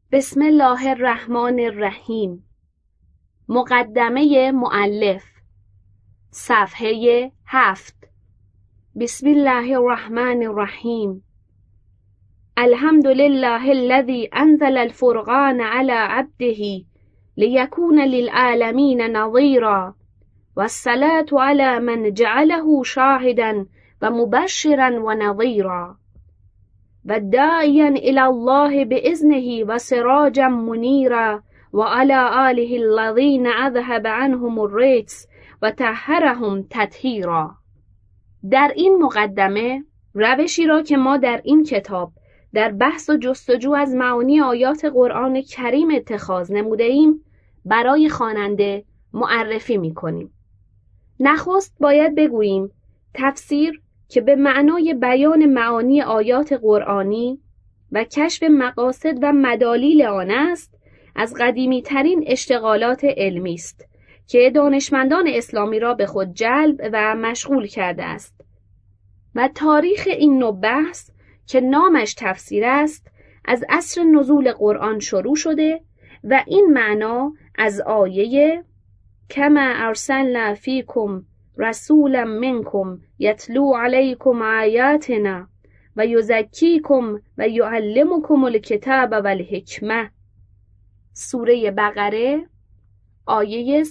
بسم الله الرحمن الرحیم. مقدمه مؤلف، صفحه 7. بسم الله الرحمن الرحیم. الحمد لله الذي انزل الفرقان على عبده ليكون للعالمين نظيرا والصلاة على من جعله شاهدا ومبشرا ونظيرا والداعيا إلى الله بإذنه وسراجا منيرا وعلى آله الذين أذهب عنهم الرجس وطهرهم تطهیرا. در این مقدمه روشی را که ما در این کتاب در بحث و جستجو از معانی آیات قرآن کریم اتخاذ نموده ایم برای خواننده معرفی می کنیم. نخست باید بگوییم تفسیر که به معنای بیان معانی آیات قرآنی و کشف مقاصد و مدالیل آن است، از قدیمی ترین اشتغالات علمی است که دانشمندان اسلامی را به خود جلب و مشغول کرده است و تاریخ این نوع بحث که نامش تفسیر است از عصر نزول قرآن شروع شده و این معنا از آیه کما ارسلنا فیکم رسولا منکم یتلو علیکم آیاتنا و یزکیکم و یعلمکم الکتاب و الحکمه، سوره بقره آیه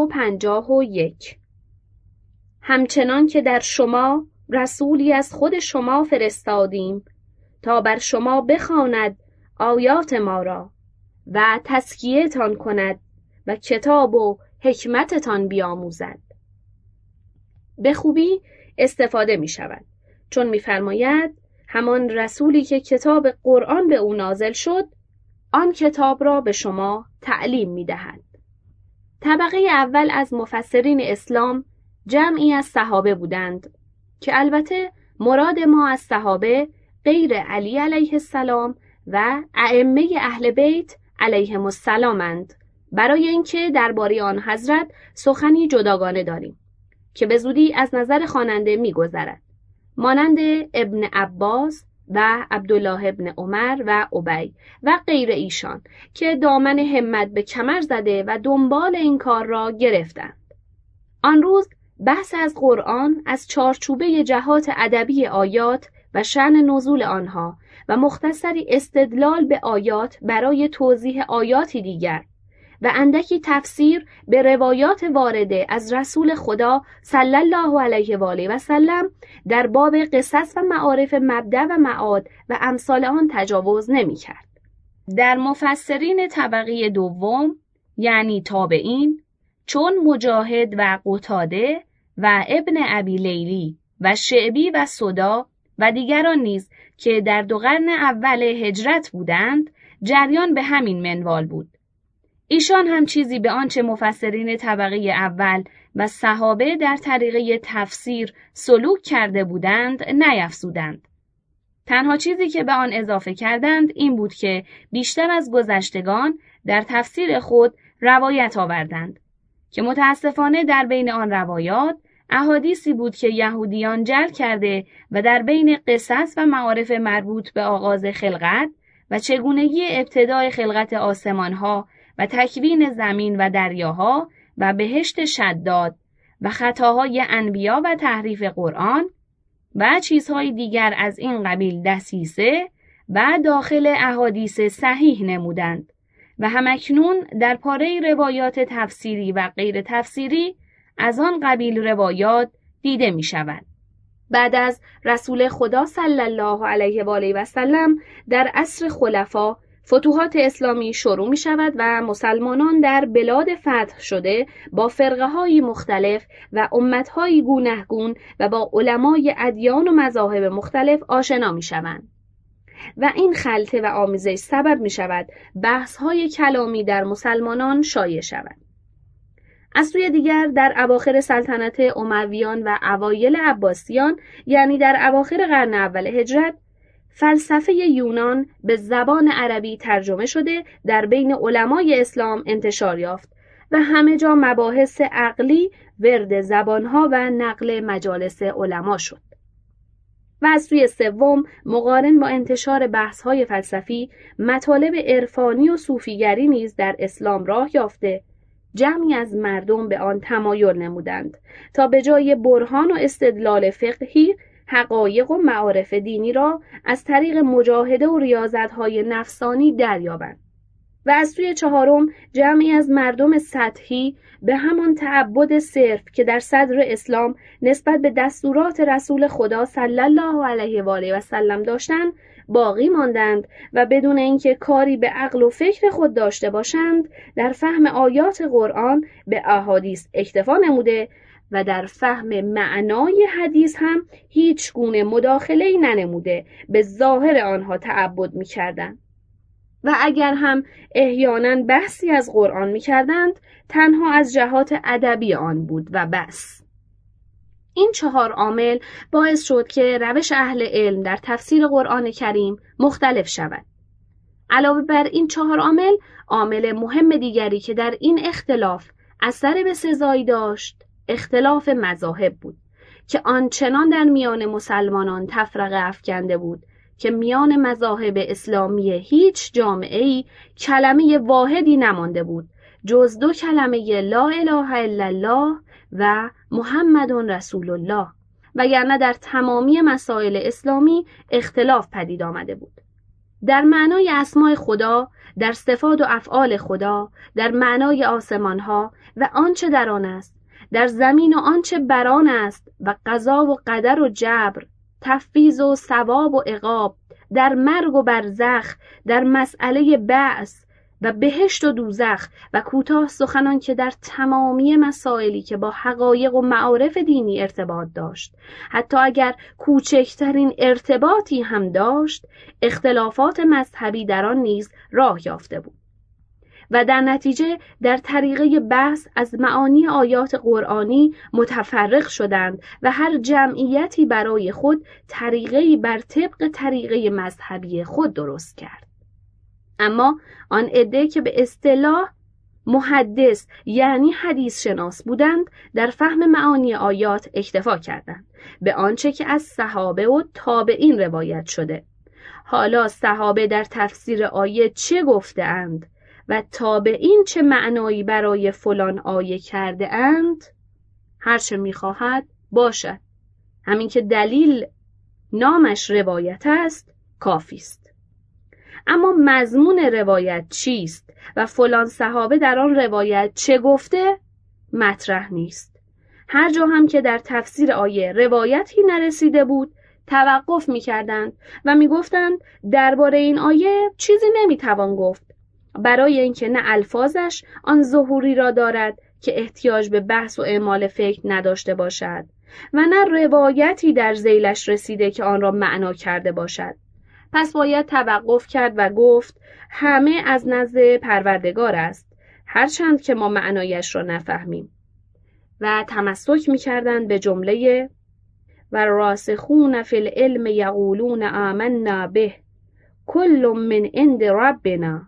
151. همچنان که در شما رسولی از خود شما فرستادیم تا بر شما بخواند آیات ما را و تزکیه‌تان کند و کتاب و حکمتتان بیاموزد. به خوبی استفاده می شود چون می فرماید همان رسولی که کتاب قرآن به او نازل شد آن کتاب را به شما تعلیم می دهد. طبقه اول از مفسرین اسلام جمعی از صحابه بودند که البته مراد ما از صحابه غیر علی علیه السلام و ائمه اهل بیت علیهم السلامند، برای اینکه درباره آن حضرت سخنی جداگانه داریم که به زودی از نظر خواننده می‌گذرد، مانند ابن عباس و عبدالله ابن عمر و ابی و غیر ایشان که دامن همت به کمر زده و دنبال این کار را گرفتند. آن روز بحث از قرآن از چارچوبه جهات ادبی آیات و شأن نزول آنها و مختصری استدلال به آیات برای توضیح آیاتی دیگر و اندکی تفسیر به روایات وارده از رسول خدا صلی الله علیه و آله و سلم در باب قصص و معارف مبدأ و معاد و امثال آن تجاوز نمی کرد. در مفسرین طبقه دوم یعنی تابعین چون مجاهد و قتاده و ابن ابی لیلی و شعبی و سدا و دیگران نیز که در 2 قرن اول هجرت بودند جریان به همین منوال بود. ایشان هم چیزی به آنچه مفسرین طبقه اول و صحابه در طریقه تفسیر سلوک کرده بودند نیفزودند. تنها چیزی که به آن اضافه کردند این بود که بیشتر از گذشتگان در تفسیر خود روایت آوردند که متاسفانه در بین آن روایات احادیثی بود که یهودیان جعل کرده و در بین قصص و معارف مربوط به آغاز خلقت و چگونگی ابتدای خلقت آسمانها و تکوین زمین و دریاها و بهشت شداد و خطاهای انبیا و تحریف قرآن و چیزهای دیگر از این قبیل دسیسه و داخل احادیث صحیح نمودند و همکنون در پاره روایات تفسیری و غیر تفسیری از آن قبیل روایات دیده می شود. بعد از رسول خدا صلی الله علیه و آله و سلم در عصر خلفا فتوحات اسلامی شروع می شود و مسلمانان در بلاد فتح شده با فرقه های مختلف و امت های گونهگون و با علمای ادیان و مذاهب مختلف آشنا می شوند و این خلطه و آمیزش سبب می شود بحث های کلامی در مسلمانان شایع شود. از سوی دیگر در اواخر سلطنت امویان و اوایل عباسیان یعنی در اواخر قرن اول هجرت فلسفه یونان به زبان عربی ترجمه شده در بین علمای اسلام انتشار یافت و همه جا مباحث عقلی ورد زبانها و نقل مجالس علما شد. و از سوی سوم مقارن با انتشار بحث‌های فلسفی، مطالب عرفانی و صوفیگری نیز در اسلام راه یافته، جمعی از مردم به آن تمایل نمودند تا به جای برهان و استدلال فقهی، حقایق و معارف دینی را از طریق مجاهده و ریاضت‌های نفسانی دریابند. و از سوی چهارم جمعی از مردم سطحی به همان تعبد صرف که در صدر اسلام نسبت به دستورات رسول خدا صلی الله علیه و آله و سلم داشتند باقی ماندند و بدون اینکه کاری به عقل و فکر خود داشته باشند در فهم آیات قرآن به احادیث اکتفا نموده و در فهم معنای حدیث هم هیچ گونه مداخله‌ای ننموده به ظاهر آنها تعبد می‌کردند. و اگر هم احیانا بحثی از قرآن می‌کردند تنها از جهات ادبی آن بود و بس. این 4 عامل باعث شد که روش اهل علم در تفسیر قرآن کریم مختلف شود. علاوه بر این 4 عامل، عامل مهم دیگری که در این اختلاف اثر بسزایی داشت، اختلاف مذاهب بود که آنچنان در میان مسلمانان تفرقه افکنده بود که میان مذاهب اسلامی هیچ جامعه‌ای کلمه واحدی نمانده بود جز 2 کلمه لا اله الا الله و محمد رسول الله، وگرنه در تمامی مسائل اسلامی اختلاف پدید آمده بود. در معنای اسماء خدا، در صفات و افعال خدا، در معنای آسمانها و آنچه در آن است، در زمین و آنچه بر آن است و قضا و قدر و جبر، تفویض و ثواب و عقاب، در مرگ و برزخ، در مسئله بعث و بهشت و دوزخ و کوتاه سخنان که در تمامی مسائلی که با حقایق و معارف دینی ارتباط داشت، حتی اگر کوچکترین ارتباطی هم داشت، اختلافات مذهبی در آن نیز راه یافته بود و در نتیجه در طریقه بحث از معانی آیات قرآنی متفرق شدند و هر جمعیتی برای خود طریقه‌ای بر طبق طریقه مذهبی خود درست کرد. اما آن عده که به اصطلاح محدث یعنی حدیث شناس بودند در فهم معانی آیات اکتفا کردند به آنچه که از صحابه و تابعین روایت شده. حالا صحابه در تفسیر آیه چه گفته اند و تابعین چه معنایی برای فلان آیه کرده اند، هرچه می‌خواهد باشد، همین که دلیل نامش روایت است کافی است. اما مضمون روایت چیست و فلان صحابه در آن روایت چه گفته مطرح نیست. هر جا هم که در تفسیر آیه روایتی نرسیده بود توقف می‌کردند و می‌گفتند درباره این آیه چیزی نمی‌توان گفت، برای اینکه نه الفاظش آن ظهوری را دارد که احتیاج به بحث و اعمال فکر نداشته باشد و نه روایتی در ذیلش رسیده که آن را معنا کرده باشد. پس باید توقف کرد و گفت همه از نزد پروردگار است، هرچند که ما معنایش را نفهمیم. و تمسک می‌کردند به جمله و راسخون فی العلم یقولون آمنا به کل من عند ربنا.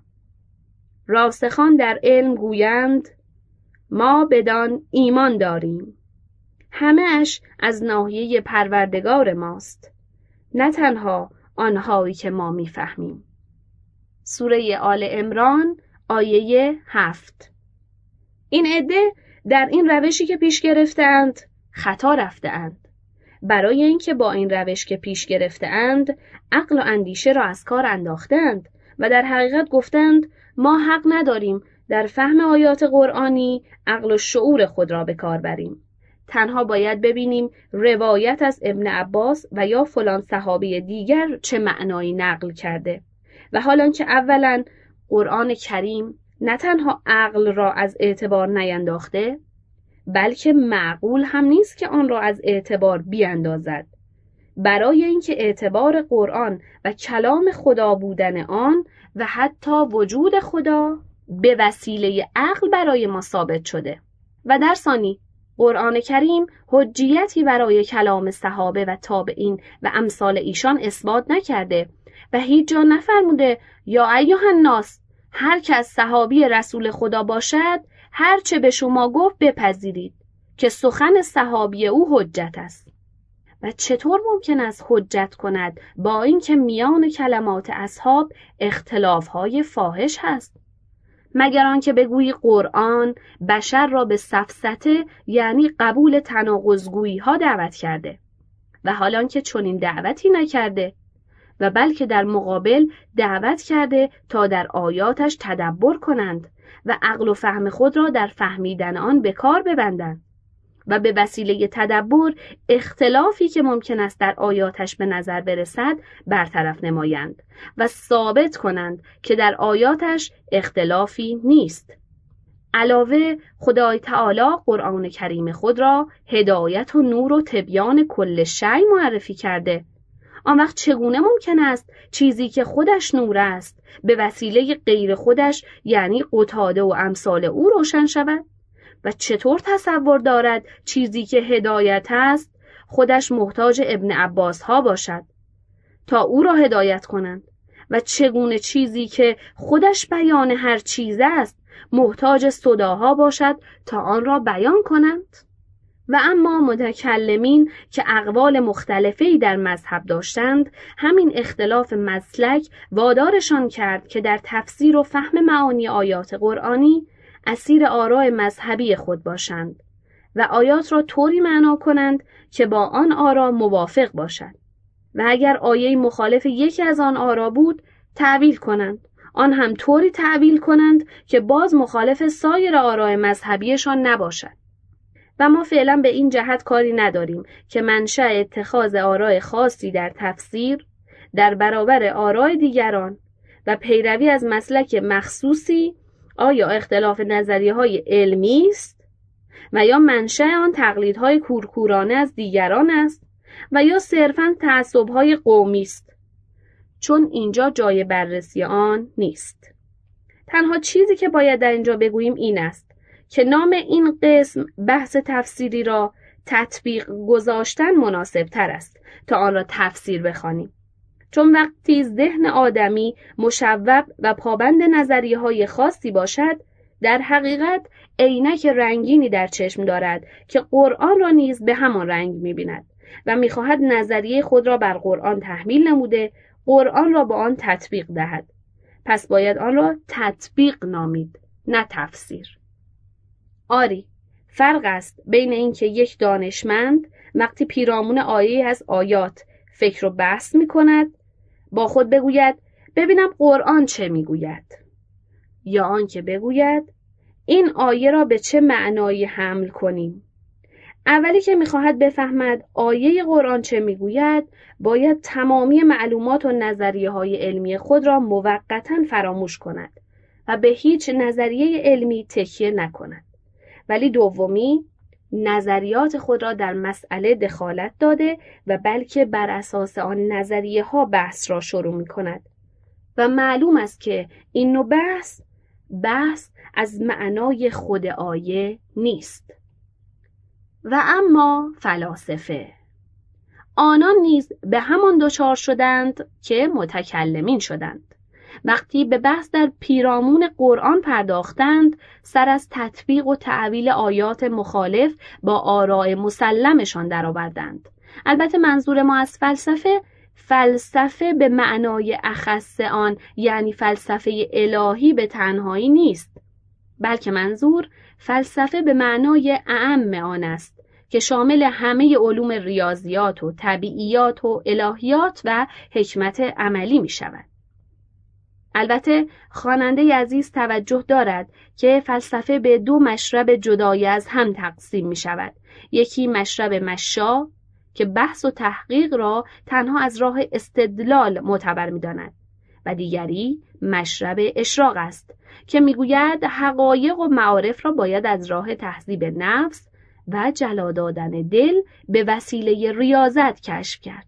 راسخان در علم گویند ما بدان ایمان داریم، همه اش از ناحیه پروردگار ماست، نه تنها آنهایی که ما میفهمیم. سوره آل عمران آیه 7. این عده در این روشی که پیش گرفتند خطا رفتند. برای اینکه با این روش که پیش گرفتند عقل و اندیشه را از کار انداختند و در حقیقت گفتند ما حق نداریم در فهم آیات قرآنی عقل و شعور خود را به کار بریم. تنها باید ببینیم روایت از ابن عباس و یا فلان صحابی دیگر چه معنایی نقل کرده. و حالان که اولا قرآن کریم نه تنها عقل را از اعتبار نینداخته، بلکه معقول هم نیست که آن را از اعتبار بیاندازد. برای اینکه اعتبار قرآن و کلام خدا بودن آن و حتی وجود خدا به وسیله عقل برای ما ثابت شده. و در ثانی قرآن کریم حجیتی برای کلام صحابه و تابعین و امثال ایشان اثبات نکرده و هیچ جا نفرموده یا ایها الناس هر که از صحابی رسول خدا باشد هر چه به شما گفت بپذیرید که سخن صحابی او حجت است. و چطور ممکن است حجت کند با اینکه میان کلمات اصحاب اختلاف‌های فاحش هست؟ مگر آنکه بگویی قرآن بشر را به سفسطه یعنی قبول تناقض‌گویی‌ها دعوت کرده و حالان که چنین دعوتی نکرده و بلکه در مقابل دعوت کرده تا در آیاتش تدبر کنند و عقل و فهم خود را در فهمیدن آن به کار ببندند و به وسیله تدبر اختلافی که ممکن است در آیاتش به نظر برسد برطرف نمایند و ثابت کنند که در آیاتش اختلافی نیست. علاوه خدای تعالی قرآن کریم خود را هدایت و نور و تبیان کل شیء معرفی کرده. آن وقت چگونه ممکن است چیزی که خودش نور است به وسیله غیر خودش یعنی قتاده و امثال او روشن شود؟ و چطور تصور دارد چیزی که هدایت است خودش محتاج ابن عباس ها باشد تا او را هدایت کنند و چگونه چیزی که خودش بیان هر چیز است محتاج صداها باشد تا آن را بیان کنند؟ و اما متکلمین که اقوال مختلفی در مذهب داشتند، همین اختلاف مسلک وادارشان کرد که در تفسیر و فهم معانی آیات قرآنی اسیر آراء مذهبی خود باشند و آیات را طوری معنا کنند که با آن آراء موافق باشد و اگر آیه مخالف یکی از آن آراء بود تعویل کنند، آن هم طوری تعویل کنند که باز مخالف سایر آراء مذهبیشان نباشد. و ما فعلا به این جهت کاری نداریم که منشأ اتخاذ آراء خاصی در تفسیر در برابر آراء دیگران و پیروی از مسلک مخصوصی آیا اختلاف نظریه‌های علمی است و یا منشأ آن تقلیدهای کورکورانه از دیگران است و یا صرفاً تعصب‌های قومی است، چون اینجا جای بررسی آن نیست. تنها چیزی که باید در اینجا بگوییم این است که نام این قسم بحث تفسیری را تطبیق گذاشتن مناسب تر است تا آن را تفسیر بخوانیم، چون وقتی ذهن آدمی مشوق و پابند نظریه‌های خاصی باشد در حقیقت عینک رنگینی در چشم دارد که قرآن را نیز به همان رنگ می‌بیند و می‌خواهد نظریه خود را بر قرآن تحمیل نموده قرآن را با آن تطبیق دهد. پس باید آن را تطبیق نامید، نه تفسیر. آری، فرق است بین اینکه یک دانشمند وقتی پیرامون آیه از آیات فکر و بحث می‌کند با خود بگوید ببینم قرآن چه می‌گوید، یا آنکه بگوید این آیه را به چه معنایی حمل کنیم. اولی که می‌خواهد بفهمد آیه قرآن چه می‌گوید باید تمامی معلومات و نظریه‌های علمی خود را موقتاً فراموش کند و به هیچ نظریه علمی تکیه نکند. ولی دومی نظریات خود را در مسئله دخالت داده و بلکه بر اساس آن نظریه ها بحث را شروع می کند و معلوم است که این نوع بحث از معنای خود آیه نیست. و اما فلاسفه، آنان نیز به همان دچار شدند که متکلمین شدند. وقتی به بحث در پیرامون قرآن پرداختند، سر از تطبیق و تعویل آیات مخالف با آراء مسلمشان درآوردند. البته منظور ما از فلسفه به معنای اخص آن یعنی فلسفه الهی به تنهایی نیست، بلکه منظور فلسفه به معنای اعم آن است که شامل همه علوم ریاضیات و طبیعیات و الهیات و حکمت عملی می شود. البته خواننده عزیز توجه دارد که فلسفه به دو مشرب جدای از هم تقسیم می شود. یکی مشرب مشا که بحث و تحقیق را تنها از راه استدلال معتبر می داند و دیگری مشرب اشراق است که می گوید حقایق و معارف را باید از راه تهذیب نفس و جلا دادن دل به وسیله ریاضت کشف کرد.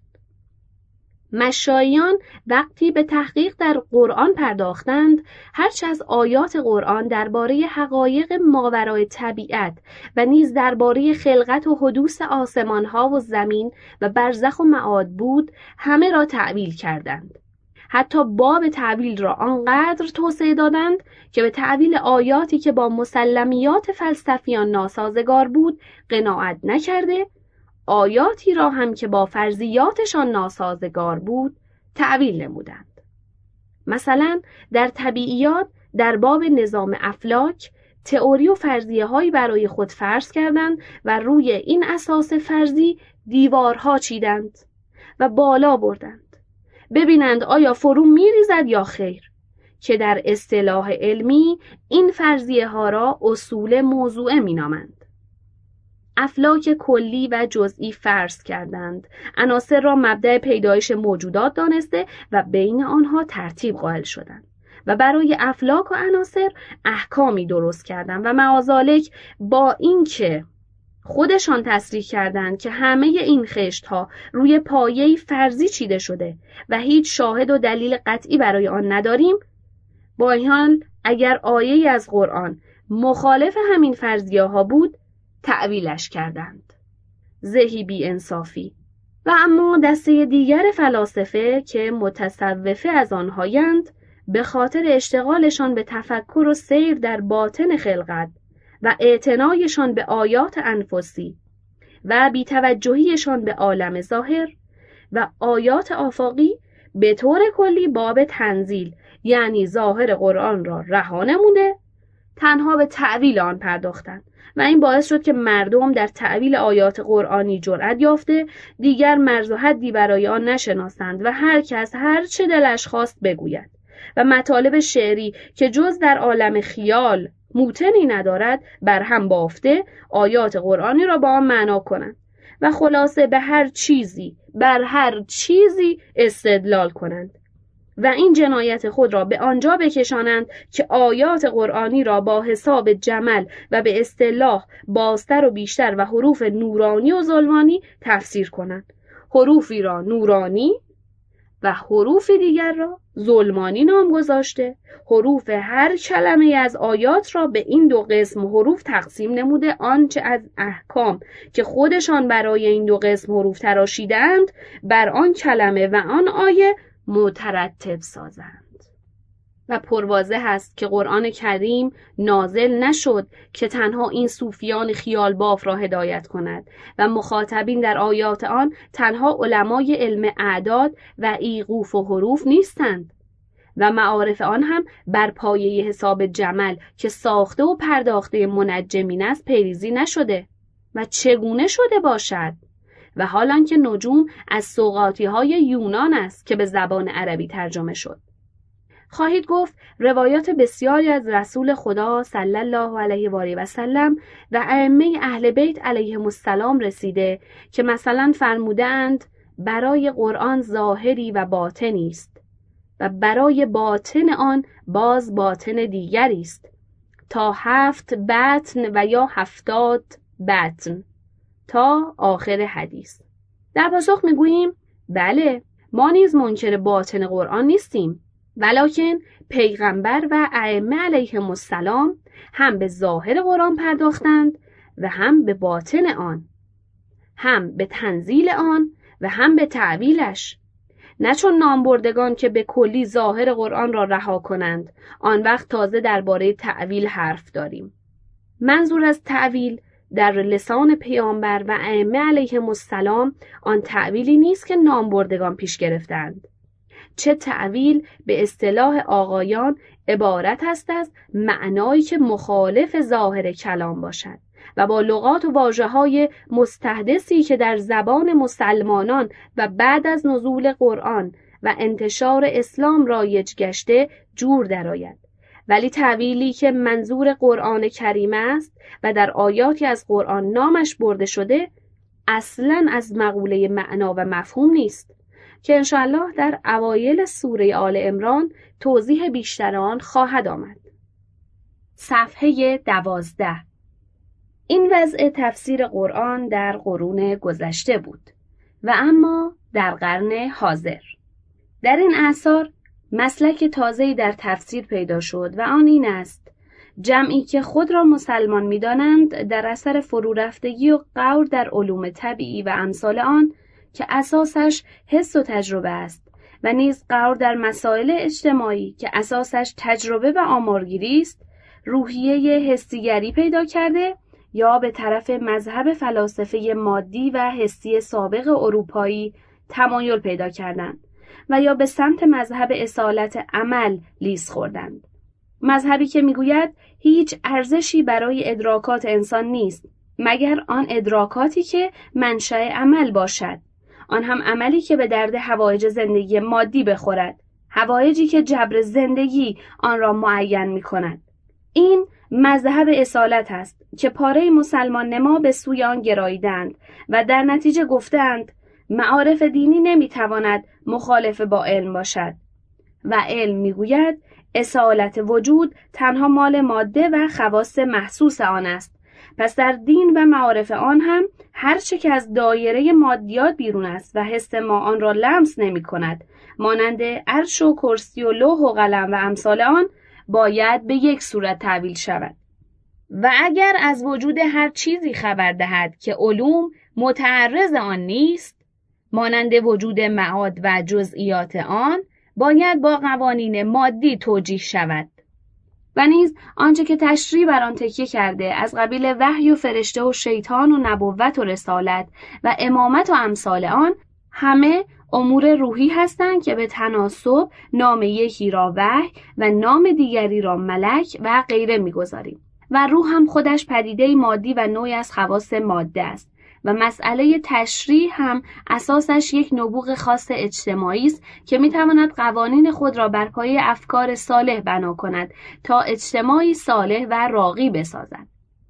مشاییان وقتی به تحقیق در قرآن پرداختند، هرچه از آیات قرآن درباره حقایق ماورای طبیعت و نیز درباره خلقت و حدوث آسمان‌ها و زمین و برزخ و معاد بود، همه را تأویل کردند. حتی باب تأویل را آنقدر توسعه دادند که به تأویل آیاتی که با مسلمیات فلسفیان ناسازگار بود قناعت نکرده، آیاتی را هم که با فرضیاتشان ناسازگار بود تأویل نمودند. مثلا در طبیعیات در باب نظام افلاک تئوری و فرضیه هایی برای خود فرض کردند و روی این اساس فرضی دیوارها چیدند و بالا بردند ببینند آیا فرو میریزد یا خیر، که در اصطلاح علمی این فرضیه ها را اصول موضوعه می نامند. افلاک کلی و جزئی فرض کردند، عناصر را مبدأ پیدایش موجودات دانسته و بین آنها ترتیب قائل شدند و برای افلاک و عناصر احکامی درست کردند و معاذالک با اینکه خودشان تصریح کردند که همه این خشت‌ها روی پایه‌ای فرضی چیده شده و هیچ شاهد و دلیل قطعی برای آن نداریم، با این حال اگر آیه‌ای از قرآن مخالف همین فرضیه‌ها بود تأویلش کردند. زهی بی انصافی. و اما دسته دیگر فلاسفه که متصوفه از آنهایند به خاطر اشتغالشان به تفکر و سیر در باطن خلقت و اعتنایشان به آیات انفسی و بی‌توجهیشان به عالم ظاهر و آیات آفاقی به طور کلی باب تنزیل یعنی ظاهر قرآن را رها نموده، تنها به تأویل آن پرداختند و این باعث شد که مردم در تأویل آیات قرآنی جرأت یافته دیگر مرز و حدی برای آن نشناسند و هر کس هر چه دلش خواست بگوید و مطالب شعری که جز در عالم خیال موتنی ندارد بر هم بافته آیات قرآنی را با آن معنا کنند و خلاصه به هر چیزی بر هر چیزی استدلال کنند و این جنایت خود را به آنجا بکشانند که آیات قرآنی را با حساب جمل و به اصطلاح بازتر و بیشتر و حروف نورانی و ظلمانی تفسیر کنند، حروفی را نورانی و حروف دیگر را ظلمانی نام گذاشته، حروف هر کلمه از آیات را به این دو قسم حروف تقسیم نموده، آنچه از احکام که خودشان برای این دو قسم حروف تراشیدند بر آن کلمه و آن آیه مترتب سازند. و پرواضح است که قرآن کریم نازل نشد که تنها این صوفیان خیال باف را هدایت کند و مخاطبین در آیات آن تنها علمای علم اعداد و ایقوف و حروف نیستند و معارف آن هم بر پایه حساب جمل که ساخته و پرداخته منجمین است پیریزی نشده و چگونه شده باشد و حالان که نجوم از سوغاطی‌های یونان است که به زبان عربی ترجمه شد. خواهید گفت روایات بسیاری از رسول خدا صلی الله علیه و آله و سلم و ائمه اهل بیت علیهم السلام رسیده که مثلا فرمودند برای قرآن ظاهری و باطنی است و برای باطن آن باز باطن دیگری است تا 7 بطن و یا 70 بطن تا آخر حدیث. در پاسخ میگوییم بله ما نیز منکر باطن قرآن نیستیم، ولکن پیغمبر و ائمه علیهم السلام هم به ظاهر قرآن پرداختند و هم به باطن آن، هم به تنزیل آن و هم به تأویلش، نه چون نامبردگان که به کلی ظاهر قرآن را رها کنند آن وقت تازه درباره تأویل حرف داریم. منظور از تأویل در لسان پیامبر و ائمه علیهم السلام آن تأویلی نیست که نامبردگان پیش گرفتند، چه تأویل به اصطلاح آقایان عبارت است از معنایی که مخالف ظاهر کلام باشد و با لغات و واژه‌های مستحدثی که در زبان مسلمانان و بعد از نزول قرآن و انتشار اسلام رایج گشته جور درآید، ولی تأویلی که منظور قرآن کریم است و در آیاتی از قرآن نامش برده شده اصلاً از مقوله معنا و مفهوم نیست که انشاءالله در اوایل سوره آل عمران توضیح بیشتر آن خواهد آمد. صفحه 12. این وضع تفسیر قرآن در قرون گذشته بود و اما در قرن حاضر در این اعصار مسلک تازه‌ای در تفسیر پیدا شد و آن این است جمعی که خود را مسلمان می‌دانند در اثر فرورفتگی و غور در علوم طبیعی و امثال آن که اساسش حس و تجربه است و نیز غور در مسائل اجتماعی که اساسش تجربه و آمارگیری است، روحیه حسیگری پیدا کرده یا به طرف مذهب فلاسفه مادی و حسی سابق اروپایی تمایل پیدا کردند و یا به سمت مذهب اصالت عمل لیز خوردند. مذهبی که میگوید هیچ ارزشی برای ادراکات انسان نیست مگر آن ادراکاتی که منشأ عمل باشد، آن هم عملی که به درد حوایج زندگی مادی بخورد، حوایجی که جبر زندگی آن را معین می کند. این مذهب اصالت است که پاره مسلمان نما به سوی آن گراییدند و در نتیجه گفتند معارف دینی نمیتواند مخالف با علم باشد و علم میگوید اصالت وجود تنها مال ماده و خواص محسوس آن است. پس در دین و معارف آن هم هر چه که از دایره مادیات بیرون است و حس ما آن را لمس نمی کند، مانند عرش و کرسی و لوح و قلم و امثال آن، باید به یک صورت تعبیل شود. و اگر از وجود هر چیزی خبر دهد که علوم متعرض آن نیست، مانند وجود معاد و جزئیات آن، باید با قوانین مادی توجیه شود. و نیز آنچه که تشریع بر آن تکیه کرده از قبیل وحی و فرشته و شیطان و نبوت و رسالت و امامت و امثال آن، همه امور روحی هستند که به تناسب نام یکی را وحی و نام دیگری را ملک و غیره می‌گذاریم. و روح هم خودش پدیده مادی و نوعی از خواص ماده است و مسئله تشریع هم اساسش یک نبوغ خاص اجتماعی است که میتواند قوانین خود را بر پایه افکار صالح بنا کند تا اجتماعی صالح و راقی بسازد.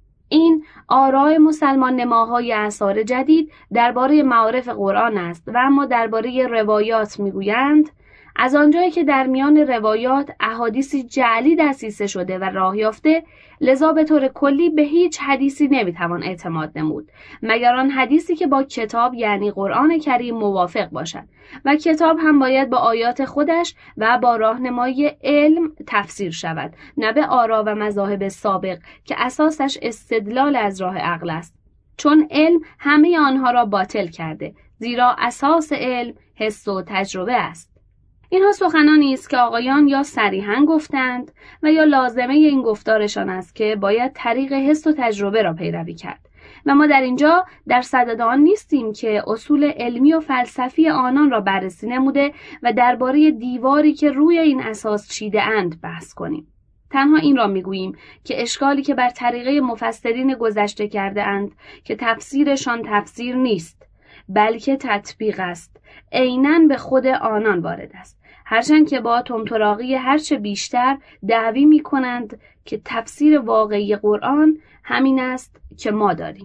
این آراء مسلمان نماهای اعصار جدید درباره معارف قرآن است و اما درباره روایات میگویند از آنجایی که در میان روایات احادیثی جعلی دسیسه شده و راه یافته، لذا به طور کلی به هیچ حدیثی نمیتوان اعتماد نمود مگر آن حدیثی که با کتاب یعنی قرآن کریم موافق باشد و کتاب هم باید با آیات خودش و با راهنمای علم تفسیر شود، نه به آرا و مذاهب سابق که اساسش استدلال از راه عقل است، چون علم همه آنها را باطل کرده، زیرا اساس علم حس و تجربه است. اینها سخنانی است که آقایان یا صریحاً گفتند و یا لازمه این گفتارشان است که باید طریق حس و تجربه را پیروی کرد و ما در اینجا در صدد آن نیستیم که اصول علمی و فلسفی آنان را بررسی نموده و درباره دیواری که روی این اساس چیده اند بحث کنیم. تنها این را میگوییم که اشکالی که بر طریقه مفسرین گذشته کرده اند که تفسیرشان تفسیر نیست بلکه تطبیق است، عیناً به خود آنان وارد است، هرچند که با طمطراقی هرچه بیشتر دعوی می کنند که تفسیر واقعی قرآن همین است که ما داریم.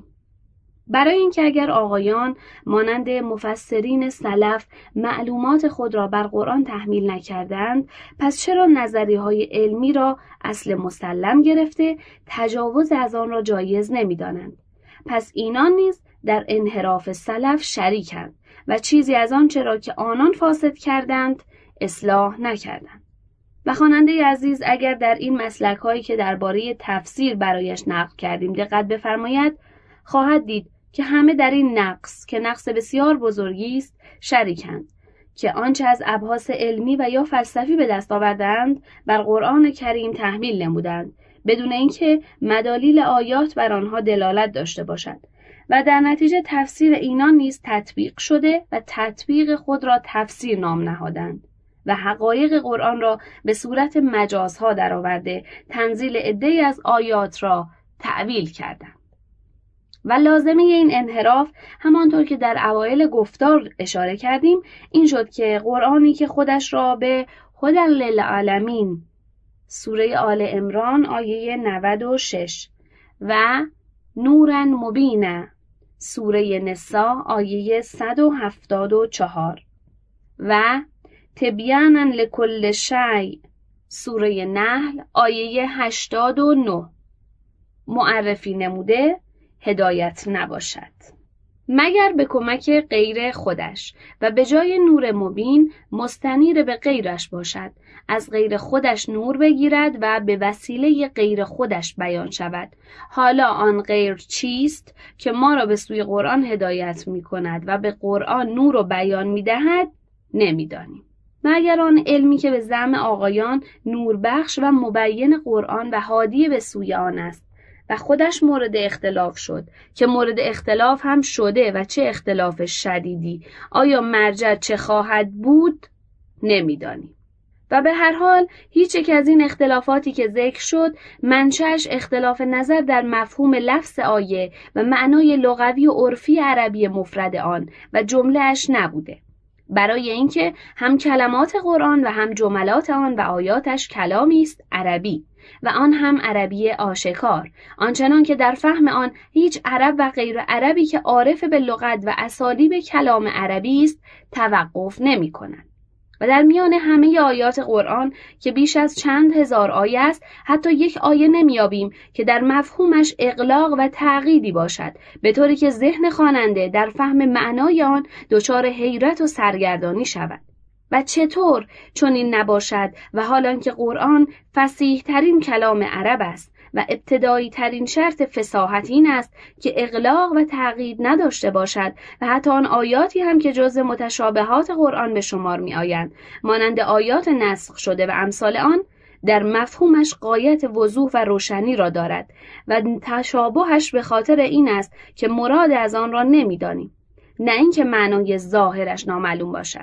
برای اینکه اگر آقایان مانند مفسرین سلف معلومات خود را بر قرآن تحمیل نکردند، پس چرا نظریه‌های علمی را اصل مسلم گرفته تجاوز از آن را جایز نمی‌دانند؟ پس اینان نیز در انحراف سلف شریکند و چیزی از آن چرا که آنان فاسد کردند اصلاح نکردند. و خواننده عزیز اگر در این مسلک هایی که درباره تفسیر برایش نقل کردیم دقت بفرماید، خواهد دید که همه در این نقص که نقص بسیار بزرگی است شریکند که آنچه از ابحاث علمی و یا فلسفی به دست آوردند بر قرآن کریم تحمیل نمودند بدون اینکه مدالیل آیات بر آنها دلالت داشته باشد و در نتیجه تفسیر اینان نیز تطبیق شده و تطبیق خود را تفسیر نام نهادند و حقایق قرآن را به صورت مجازها درآورده تنزیل عده‌ای از آیات را تعویل کردند. و لازمه این انحراف همانطور که در اوایل گفتار اشاره کردیم این شد که قرآنی که خودش را به هدی للعالمین سوره آل عمران آیه 96 و نورا مبینا سوره نساء آیه 174 و تبیانا لکل شیء سوره نحل آیه 89 معرفی نموده هدایت نباشد مگر به کمک غیر خودش و به جای نور مبین مستنیر به غیرش باشد، از غیر خودش نور بگیرد و به وسیله غیر خودش بیان شود. حالا آن غیر چیست که ما را به سوی قرآن هدایت می کند و به قرآن نور و بیان می دهد نمی‌دانیم. مگر آن علمی که به زعم آقایان نور بخش و مبین قرآن و هادی به سوی آن است و خودش مورد اختلاف شد که مورد اختلاف هم شده و چه اختلاف شدیدی. آیا مرجع چه خواهد بود؟ نمیدانیم. و به هر حال هیچ یک از این اختلافاتی که ذکر شد منشأش اختلاف نظر در مفهوم لفظ آیه و معنای لغوی و عرفی عربی مفرد آن و جمله‌اش نبوده، برای اینکه هم کلمات قرآن و هم جملات آن و آیاتش کلامی است عربی و آن هم عربی آشکار، آنچنان که در فهم آن هیچ عرب و غیر عربی که عارف به لغت و اسالیب کلام عربی است توقف نمی‌کند. و در میان همه آیات قرآن که بیش از چند هزار آیه است، حتی یک آیه نمیابیم که در مفهومش اغلاق و تعقیدی باشد، به طوری که ذهن خواننده در فهم معنای آن دچار حیرت و سرگردانی شود. و چطور چون این نباشد و حالان که قرآن فصیح ترین کلام عرب است و ابتدایی ترین شرط فصاحت این است که اغلاق و تعقید نداشته باشد و حتی آن آیاتی هم که جزء متشابهات قرآن به شمار می آیند مانند آیات نسخ شده و امثال آن در مفهومش غایت وضوح و روشنی را دارد و تشابهش به خاطر این است که مراد از آن را نمی دانیم، نه اینکه معنای ظاهرش نامعلوم باشد.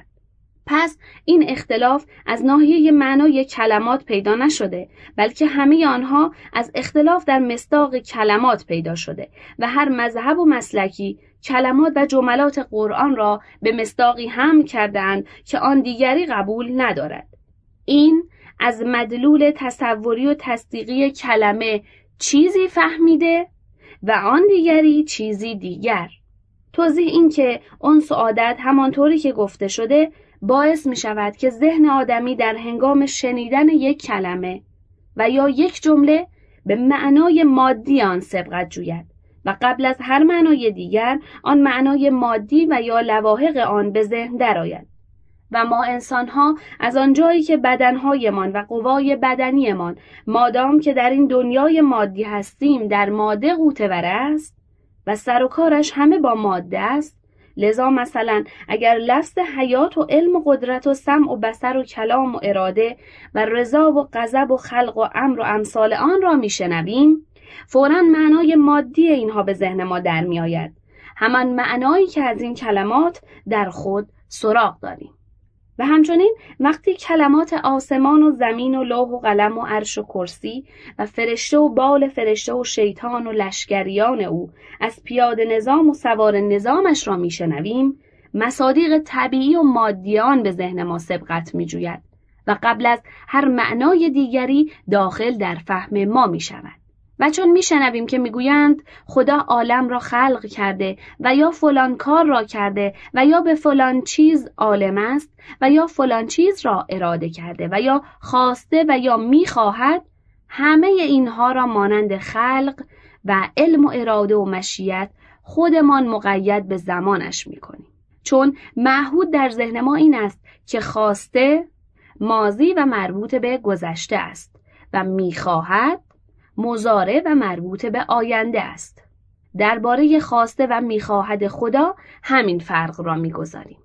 پس این اختلاف از ناحیه معنای کلمات پیدا نشده، بلکه همه آنها از اختلاف در مصداق کلمات پیدا شده و هر مذهب و مسلکی کلمات و جملات قرآن را به مصداقی حمل کردند که آن دیگری قبول ندارد. این از مدلول تصوری و تصدیقی کلمه چیزی فهمیده و آن دیگری چیزی دیگر. توضیح این که انس و عادت همانطوری که گفته شده باعث می شود که ذهن آدمی در هنگام شنیدن یک کلمه و یا یک جمله به معنای مادی آن سبقت جوید و قبل از هر معنای دیگر آن معنای مادی و یا لواحق آن به ذهن درآید. و ما انسان‌ها از آنجایی که بدن‌هایمان و قوای بدنیمان مادام که در این دنیای مادی هستیم در ماده غوطه‌ور است و سر و کارش همه با ماده است، لذا مثلا اگر لفظ حیات و علم و قدرت و سمع و بصر و کلام و اراده و رضا و غضب و خلق و امر و امثال آن را میشنویم، فوراً معنای مادی اینها به ذهن ما در می آید، همان معنایی که از این کلمات در خود سراغ داریم. و همچنین وقتی کلمات آسمان و زمین و لوح و قلم و عرش و کرسی و فرشته و بال فرشته و شیطان و لشکریان او از پیاده نظام و سوار نظامش را میشنویم، مصادیق طبیعی و مادیان به ذهن ما سبقت میجوید و قبل از هر معنای دیگری داخل در فهم ما میشود. و چون میشنویم که میگویند خدا عالم را خلق کرده و یا فلان کار را کرده و یا به فلان چیز عالم است و یا فلان چیز را اراده کرده و یا خواسته و یا میخواهد، همه اینها را مانند خلق و علم و اراده و مشیت خودمان مقید به زمانش میکنیم، چون معهود در ذهن ما این است که خواسته ماضی و مربوط به گذشته است و میخواهد مضارع و مربوط به آینده است. درباره خواسته و میخواهد خدا همین فرق را میگذاریم.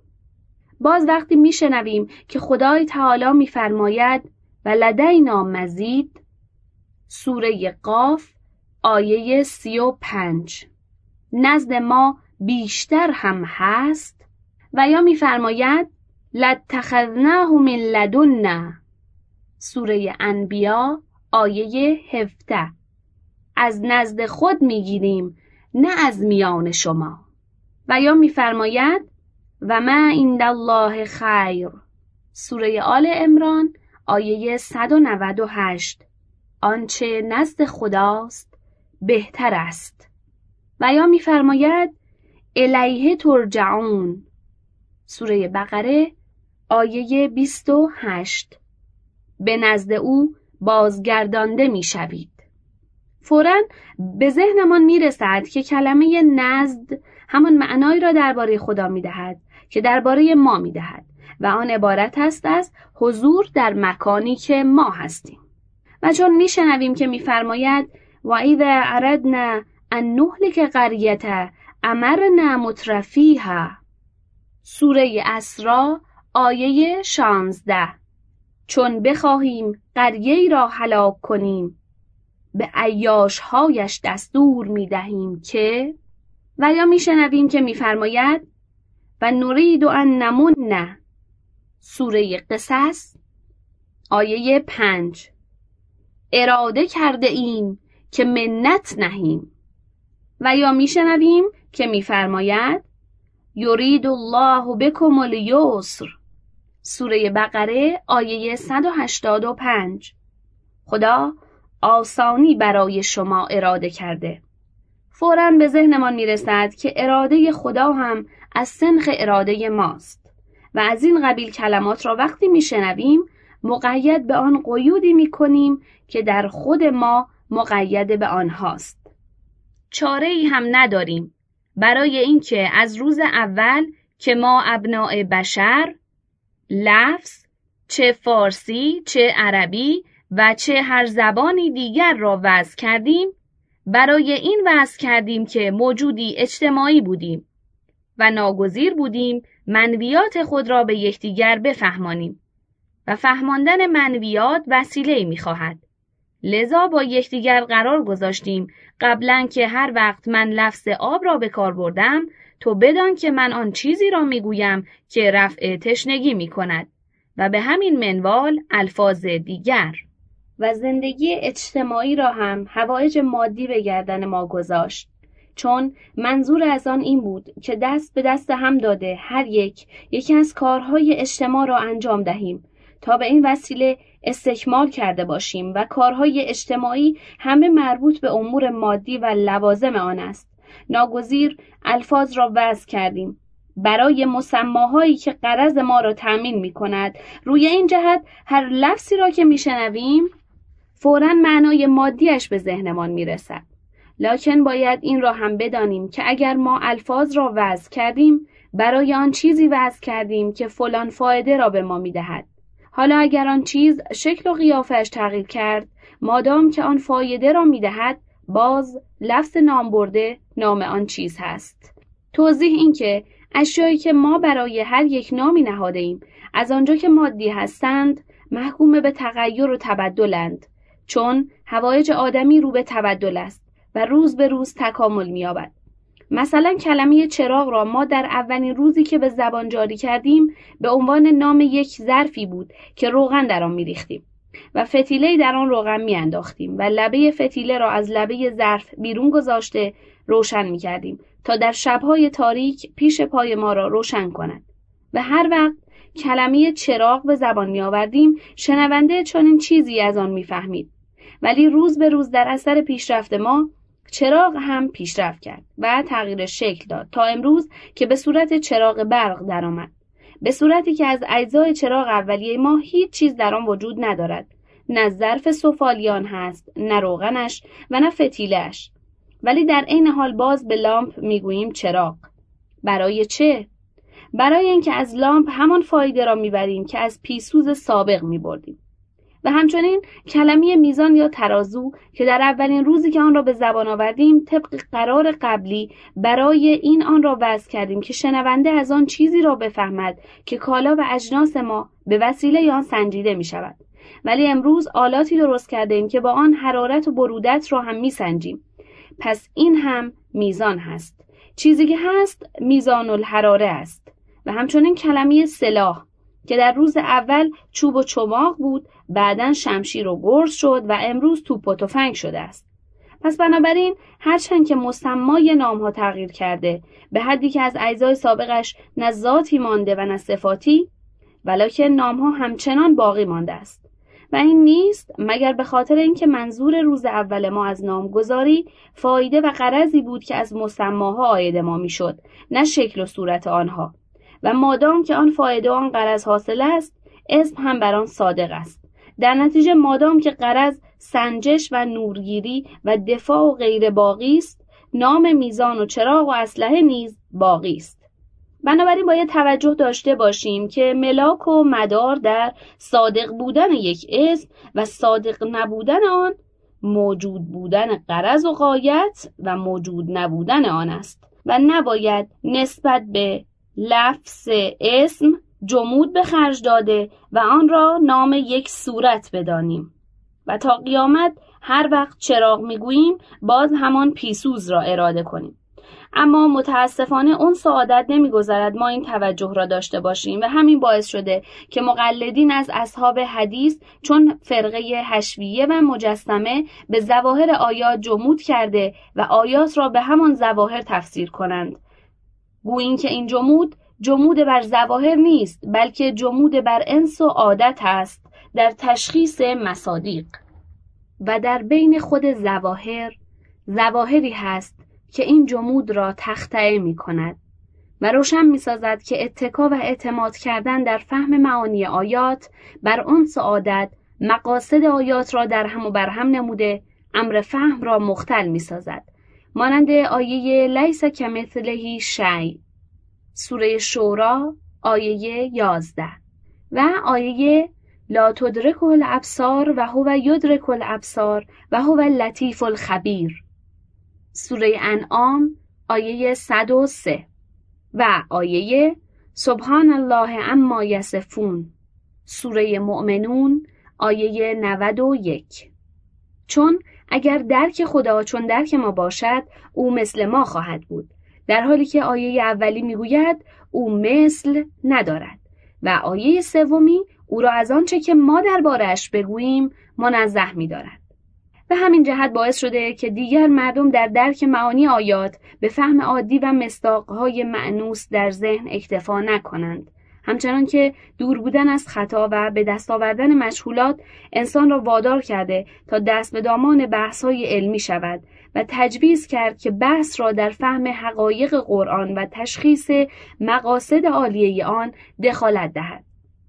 باز وقتی میشنویم که خدای تعالی میفرماید و لدینا مزید، سوره قاف آیه 35، نزد ما بیشتر هم هست، و یا میفرماید لاتخذناه من لدنا، سوره انبیا آیه 17، از نزد خود میگیریم نه از میان شما. و یا میفرماید و ما عند الله خیر، سوره آل عمران آیه 198، آنچه نزد خداست بهتر است. و یا میفرماید الیه ترجعون، سوره بقره آیه 28، به نزد او بازگردانده میشوید. فوراً به ذهنمان میرسد که کلمه نزد همان معنایی را درباره خدا میدهد که درباره ما میدهد و آن عبارت است از حضور در مکانی که ما هستیم. و چون میشنویم که میفرماید و اذا اردنا ان نهلک قریة امرنا مترفیها، سوره اسراء آیه 16، چون بخواهیم قریه‌ای را هلاک کنیم به عیاش‌هایش دستور می‌دهیم که، و یا میشنویم که می‌فرماید و نرید ان نمن، سوره قصص آیه 5، اراده کرده ایم که منت نهیم. و یا میشنویم که می‌فرماید یرید الله بکم الیسر، سوره بقره آیه 185، خدا آسانی برای شما اراده کرده. فوراً به ذهنمان میرسد که اراده خدا هم از سنخ اراده ماست و از این قبیل کلمات را وقتی میشنویم مقید به آن قیودی میکنیم که در خود ما مقید به آنهاست. چاره‌ای هم نداریم برای اینکه از روز اول که ما ابناء بشر لفظ چه فارسی چه عربی و چه هر زبانی دیگر را وضع کردیم، برای این وضع کردیم که موجودی اجتماعی بودیم و ناگزیر بودیم منویات خود را به یکدیگر بفهمانیم و فهماندن منویات وسیله‌ای می‌خواهد. لذا با یکدیگر قرار گذاشتیم قبلاً که هر وقت من لفظ آب را به کار بردم تو بدان که من آن چیزی را میگویم که رفع تشنگی میکند و به همین منوال الفاظ دیگر. و زندگی اجتماعی را هم حوایج مادی به گردن ما گذاشت، چون منظور از آن این بود که دست به دست هم داده هر یکی از کارهای اجتماع را انجام دهیم تا به این وسیله استکمال کرده باشیم و کارهای اجتماعی همه مربوط به امور مادی و لوازم آن است. ناگزیر الفاظ را وضع کردیم برای مسماهایی که غرض ما را تأمین می کند. روی این جهت هر لفظی را که می شنویم فوراً معنای مادیش به ذهنمان می رسد. لکن باید این را هم بدانیم که اگر ما الفاظ را وضع کردیم برای آن چیزی وضع کردیم که فلان فایده را به ما می دهد. حالا اگر آن چیز شکل و قیافش تغییر کرد، مادام که آن فایده را می دهد، باز لفظ نام برده نام آن چیز هست. توضیح این که اشیایی که ما برای هر یک نامی نهاده ایم از آنجا که مادی هستند محکوم به تغییر و تبدلند، چون حوایج آدمی رو به تبدل است و روز به روز تکامل می‌یابد. مثلا کلمه چراغ را ما در اولین روزی که به زبان جاری کردیم به عنوان نام یک ظرفی بود که روغن در آن می‌ریختیم و فتیله‌ای در آن روغن می‌انداختیم و لبه فتیله را از لبه ظرف بیرون گذاشته روشن می‌کردیم تا در شب‌های تاریک پیش پای ما را روشن کند. و هر وقت کلمه چراغ به زبان می‌آوردیم شنونده چنین چیزی از آن می‌فهمید. ولی روز به روز در اثر پیشرفت ما چراغ هم پیشرفت کرد و تغییر شکل داد تا امروز که به صورت چراغ برق درآمد، به صورتی که از اجزای چراغ اولیه ما هیچ چیز در آن وجود ندارد، نه ظرف سفالیان هست، نه روغنش و نه فتیله‌اش، ولی در عین حال باز به لامپ میگوییم چراغ. برای چه؟ برای اینکه از لامپ همان فایده را میبریم که از پیسوز سابق میبردیم. و همچنین کلمه میزان یا ترازو که در اولین روزی که آن را به زبان آوردیم طبق قرار قبلی برای این آن را وضع کردیم که شنونده از آن چیزی را بفهمد که کالا و اجناس ما به وسیله آن سنجیده می شود. ولی امروز آلاتی درست کردیم که با آن حرارت و برودت را هم می سنجیم. پس این هم میزان هست. چیزی که هست میزان الحراره است. و همچنین کلمه سلاح که در روز اول چوب و چماق بود، بعداً شمشیر و گرز شد و امروز توپ و تفنگ شده است. پس بنابراین هرچند که مسمای نامها تغییر کرده به حدی که از اجزای سابقش نه ذاتی مانده و نه صفاتی، ولکن نامها همچنان باقی مانده است. و این نیست مگر به خاطر اینکه منظور روز اول ما از نامگذاری فایده و غرضی بود که از مسماها عاید ما میشد، نه شکل و صورت آنها. و مادام که آن فایده و آن غرض حاصل است، اسم هم بر آن صادق است. در نتیجه مادام که غرض سنجش و نورگیری و دفاع و غیر باقی است، نام میزان و چراغ و اسلحه نیز باقی است. بنابراین باید توجه داشته باشیم که ملاک و مدار در صادق بودن یک اسم و صادق نبودن آن موجود بودن غرض و غایت و موجود نبودن آن است و نباید نسبت به لفظ اسم جمود به خرج داده و آن را نام یک صورت بدانیم. و تا قیامت هر وقت چراغ میگوییم باز همان پیسوز را اراده کنیم. اما متاسفانه اون سعادت نمیگذرد ما این توجه را داشته باشیم و همین باعث شده که مقلدین از اصحاب حدیث چون فرقه حشویه و مجسمه به ظواهر آیات جمود کرده و آیات را به همان ظواهر تفسیر کنند. گوییم که این جمود بر ظواهر نیست، بلکه جمود بر انس و عادت است در تشخیص مصادیق. و در بین خود ظواهری هست که این جمود را تخطئه می کند و روشن می سازد که اتکا و اعتماد کردن در فهم معانی آیات بر انس و عادت مقاصد آیات را در هم و بر هم نموده امر فهم را مختل می سازد. مانند آیه لیس کمثله شیء سوره شورا آیه 11 و آیه لا تدرکه الابصار و هو یدرک الابصار و هو اللطیف الخبیر سوره انعام آیه 103 و آیه سبحان الله عما یصفون سوره مؤمنون آیه 91. چون اگر درک خدا چون درک ما باشد او مثل ما خواهد بود، در حالی که آیه اولی میگوید او مثل ندارد و آیه سومی او را از آنچه که ما درباره‌اش بگوییم منزه می‌دارد. به همین جهت باعث شده که دیگر مردم در درک معانی آیات به فهم عادی و مصداق‌های مأنوس در ذهن اکتفا نکنند، همچنان که دور بودن از خطا و به دست آوردن مجهولات انسان را وادار کرده تا دست به دامان بحث‌های علمی شود و تجویز کرد که بحث را در فهم حقایق قرآن و تشخیص مقاصد عالیه آن دخالت دهد.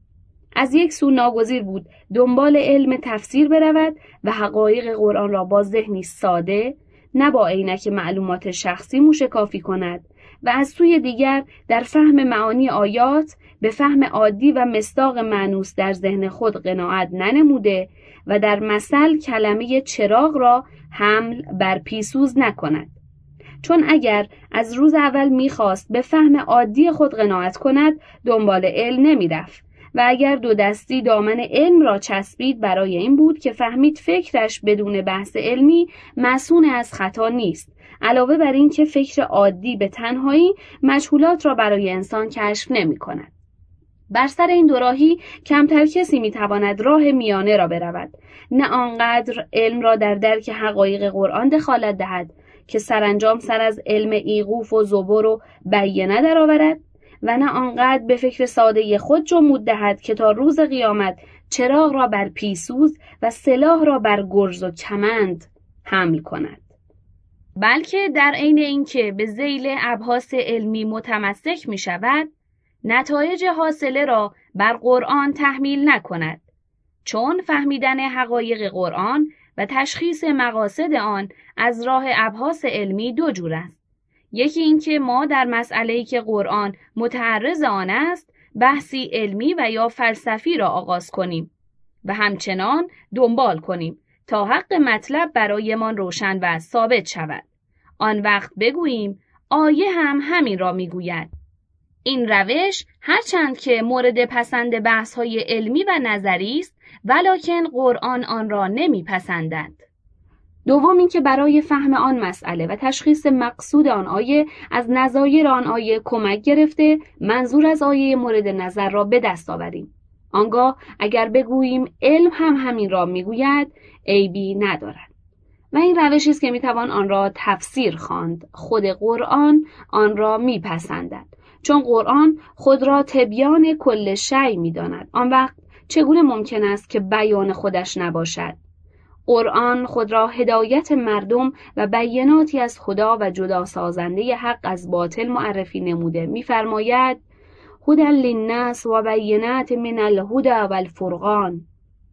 از یک سو ناگزیر بود دنبال علم تفسیر برود و حقایق قرآن را با ذهنی ساده، نه با عینک معلومات شخصی موشکافی کند و از سوی دیگر در فهم معانی آیات به فهم عادی و مصداق مأنوس در ذهن خود قناعت ننموده و در مثل کلمه چراغ را حمل بر پیسوز نکند. چون اگر از روز اول میخواست به فهم عادی خود قناعت کند دنبال علم نمیرفت و اگر دو دستی دامن علم را چسبید برای این بود که فهمید فکرش بدون بحث علمی معصون از خطا نیست، علاوه بر این که فکر عادی به تنهایی مجهولات را برای انسان کشف نمی کند. بر سر این دوراهی کمتر کسی می تواند راه میانه را برود، نه آنقدر علم را در درک حقایق قرآن دخالت دهد که سرانجام سر از علم ایقوف و زبر و بیینه درآورد و نه آنقدر به فکر ساده خود جمود دهد که تا روز قیامت چراغ را بر پیسوز و سلاح را بر گرز و کمند حمل کند، بلکه در عین اینکه به ذیل ابحاث علمی متمسک می شود نتایج حاصله را بر قرآن تحمیل نکند، چون فهمیدن حقایق قرآن و تشخیص مقاصد آن از راه ابحاث علمی دو جور است. یکی این که ما در مسئله‌ای که قرآن متعرض آن است بحثی علمی و یا فلسفی را آغاز کنیم و همچنان دنبال کنیم تا حق مطلب برایمان روشن و ثابت شود. آن وقت بگوییم آیه هم همین را میگوید. این روش هرچند که مورد پسند بحث‌های علمی و نظری است ولکن قرآن آن را نمیپسندد. دوم این که برای فهم آن مسئله و تشخیص مقصود آن آیه از نظایر آن آیه کمک گرفته منظور از آیه مورد نظر را به دست آوریم. آنگاه اگر بگوییم علم هم همین را میگوید عیبی ندارد و این روشی است که میتوان آن را تفسیر خواند. خود قرآن آن را میپسندد چون قرآن خود را تبیان کل شیء میداند. آن وقت چگونه ممکن است که بیان خودش نباشد؟ قرآن خود را هدایت مردم و بیناتی از خدا و جدا سازنده حق از باطل معرفی نموده. می‌فرماید هدی للناس و بینات من الهدی و الفرقان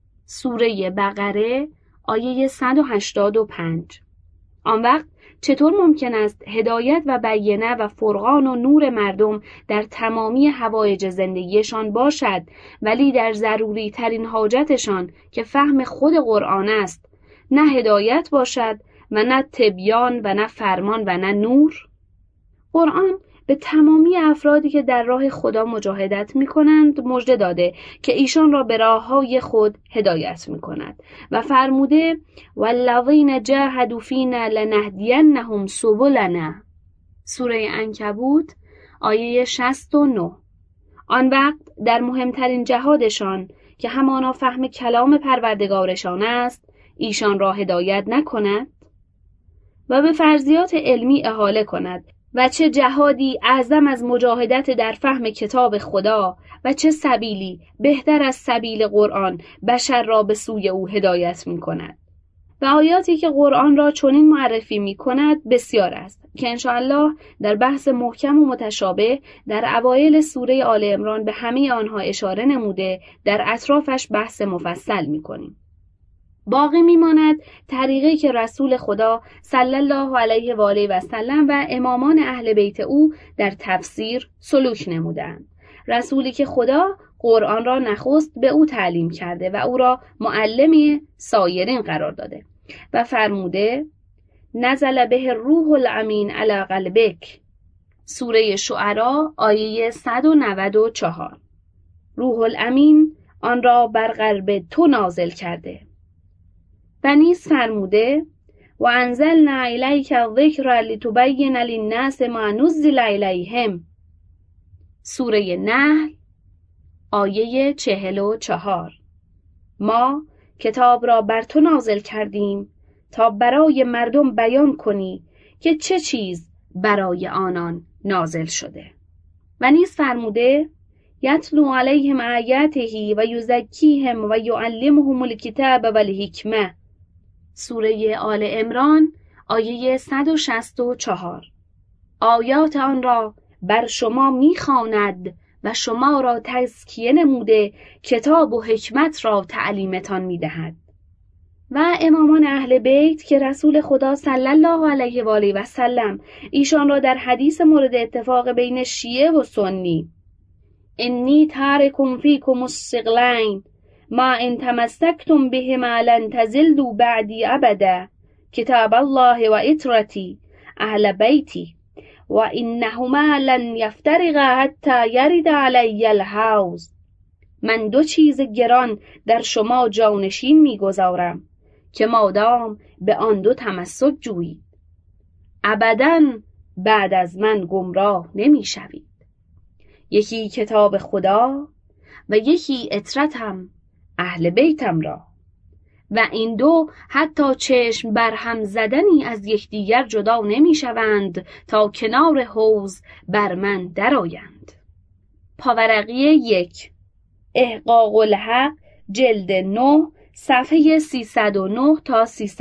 سوره بقره آیه 185. آن وقت چطور ممکن است هدایت و بینه و فرقان و نور مردم در تمامی حوایج زندگیشان باشد ولی در ضروری ترین حاجتشان که فهم خود قرآن است نه هدایت باشد و نه تبیان و نه فرمان و نه نور؟ قرآن به تمامی افرادی که در راه خدا مجاهدت می‌کنند مژده داده که ایشان را به راه‌های خود هدایت می‌کند و فرموده والذین جاهدوا فینا لنهدینهم سبلنا. سوره عنکبوت آیه 69. آن وقت در مهمترین جهادشان که همانا فهم کلام پروردگارشان است ایشان را هدایت نکند و به فرضیات علمی احاله کند و چه جهادی اعظم از مجاهدت در فهم کتاب خدا و چه سبیلی بهتر از سبیل قرآن بشر را به سوی او هدایت می کند. و آیاتی که قرآن را چنین معرفی می کند بسیار است که انشاءالله در بحث محکم و متشابه در اوایل سوره آل عمران به همه آنها اشاره نموده در اطرافش بحث مفصل می کنیم. باقی میماند طریقی که رسول خدا صلی الله علیه و آله و سلم و امامان اهل بیت او در تفسیر سلوک نمودند. رسولی که خدا قرآن را نخست به او تعلیم کرده و او را معلم سایرین قرار داده و فرموده نزل به الروح الامین علی قلبک. سوره شعراء آیه 194. روح الامین آن را بر قلب تو نازل کرده. و نیز فرموده و انزلنا الیک الذکر لتبین للناس ما نزل الیهم. سوره نحل آیه 44. ما کتاب را بر تو نازل کردیم تا برای مردم بیان کنی که چه چیز برای آنان نازل شده. و نیز فرموده یتلو علیهم آیاته و یزکیهم و یعلمهم الکتاب و الحکمه. سوره آل عمران آیه 164. آیات آن را بر شما می‌خواند و شما را تزکیه نموده کتاب و حکمت را تعلیمتان می‌دهد. و امامان اهل بیت که رسول خدا صلی الله علیه و آله و سلم ایشان را در حدیث مورد اتفاق بین شیعه و سنی انی تارکم فیکم الثقلین ما ان تمسکتم بهما لن تضلوا بعدی ابدا کتاب الله و عترتی اهل بیتی و انهما لن یفترقا حتی یرد علی الحوض. من دو چیز گران در شما جانشین می‌گذارم که مادام به آن دو تمسک جویید ابداً بعد از من گمراه نمی‌شوید. یکی کتاب خدا و یکی عترتم اهل بیتم را و این دو حتی چشم بر هم زدنی از یکدیگر جدا نمی‌شوند تا کنار حوض بر من درآیند. پاورقی 1 احقاق الحق جلد 9 صفحه 309 تا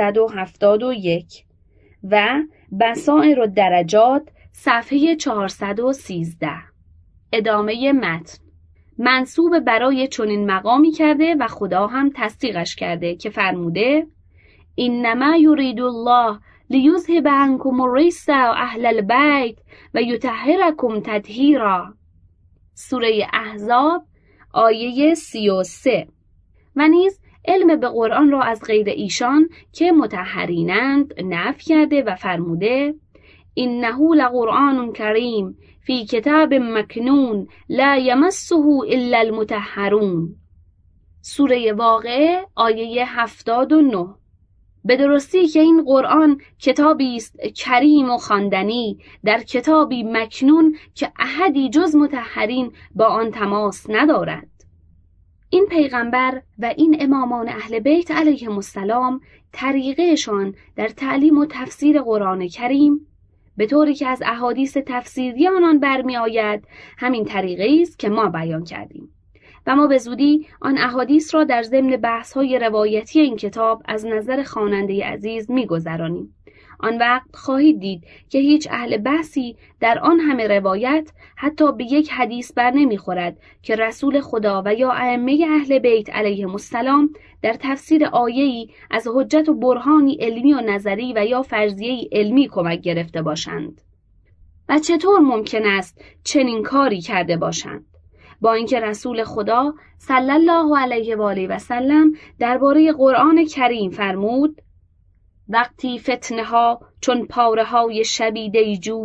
371 و بصائر الدرجات صفحه 413. ادامه متن منسوب برای چنین مقامی کرده و خدا هم تصدیقش کرده که فرموده انما یرید الله لیذهب عنکم الرجس اهل البیت و یطهرکم تطهیرا. سوره احزاب آیه 33. و نیز علم به قرآن را از غیر ایشان که مطهرینند نفی کرده و فرموده انه لقرآن کریم فی کتاب مکنون لا یمسه الا المطهرون. سوره واقعه آیه 79. به درستی که این قرآن کتابی است کریم و خواندنی در کتابی مکنون که احدی جز مطهرین با آن تماس ندارد. این پیغمبر و این امامان اهل بیت علیهم السلام طریقهشان در تعلیم و تفسیر قرآن کریم به طوری که از احادیث تفسیری آنان برمی آید همین طریقه است که ما بیان کردیم و ما به زودی آن احادیث را در ضمن بحث‌های روایتی این کتاب از نظر خواننده عزیز می‌گذرانیم. آن وقت خواهید دید که هیچ اهل بحثی در آن همه روایت حتی به یک حدیث بر نمیخورد که رسول خدا و یا ائمه اهل بیت علیهم السلام در تفسیر آیه‌ای از حجت و برهانی علمی و نظری و یا فرضیه‌ای علمی کمک گرفته باشند. و چطور ممکن است چنین کاری کرده باشند؟ با اینکه رسول خدا صلی الله علیه و آله و سلم درباره قرآن کریم فرمود وقتی فتنه ها چون پاره های شبیده جور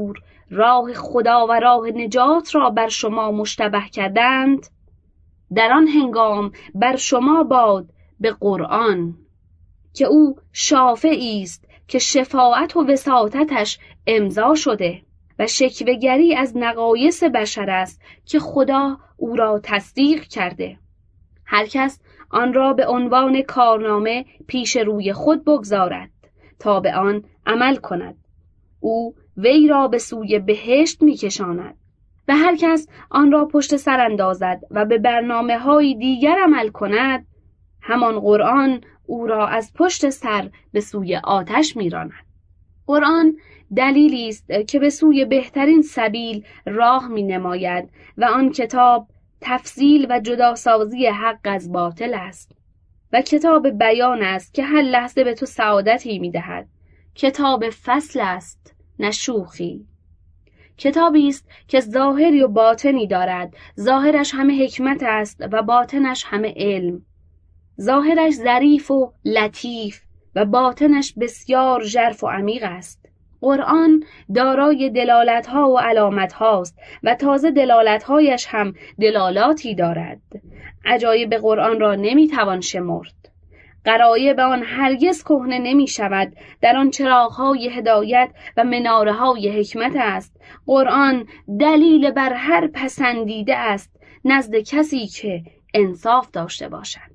راه خدا و راه نجات را بر شما مشتبه کردند، در آن هنگام بر شما باد به قرآن که او شافعی است که شفاعت و وساطتش امضا شده و شکوه‌گری از نقایص بشر است که خدا او را تصدیق کرده. هر کس آن را به عنوان کارنامه پیش روی خود بگذارد تا به آن عمل کند، او وی را به سوی بهشت می‌کشاند و هر کس آن را پشت سر اندازد و به برنامه‌های دیگر عمل کند، همان قرآن او را از پشت سر به سوی آتش می‌راند. قرآن دلیلی است که به سوی بهترین سبیل راه می‌نماید و آن کتاب تفصیل و جداسازی حق از باطل است و کتاب بیان است که هر لحظه به تو سعادتی می‌دهد. کتاب فصل است نه شوخی. کتابی است که ظاهری و باطنی دارد، ظاهرش همه حکمت است و باطنش همه علم. ظاهرش ظریف و لطیف و باطنش بسیار ژرف و عمیق است. قرآن دارای دلالت‌ها و علامت‌هاست و تازه دلالت‌هایش هم دلالاتی دارد. عجایب قرآن را نمی‌توان شمرد. غرایب آن هرگز کهنه نمی‌شود. در آن چراغ‌های هدایت و مناره‌های حکمت است. قرآن دلیل بر هر پسندیده است نزد کسی که انصاف داشته باشد.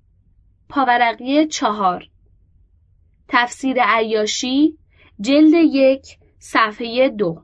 پاورقی 4 تفسیر عیاشی جلد 1 صفحه 2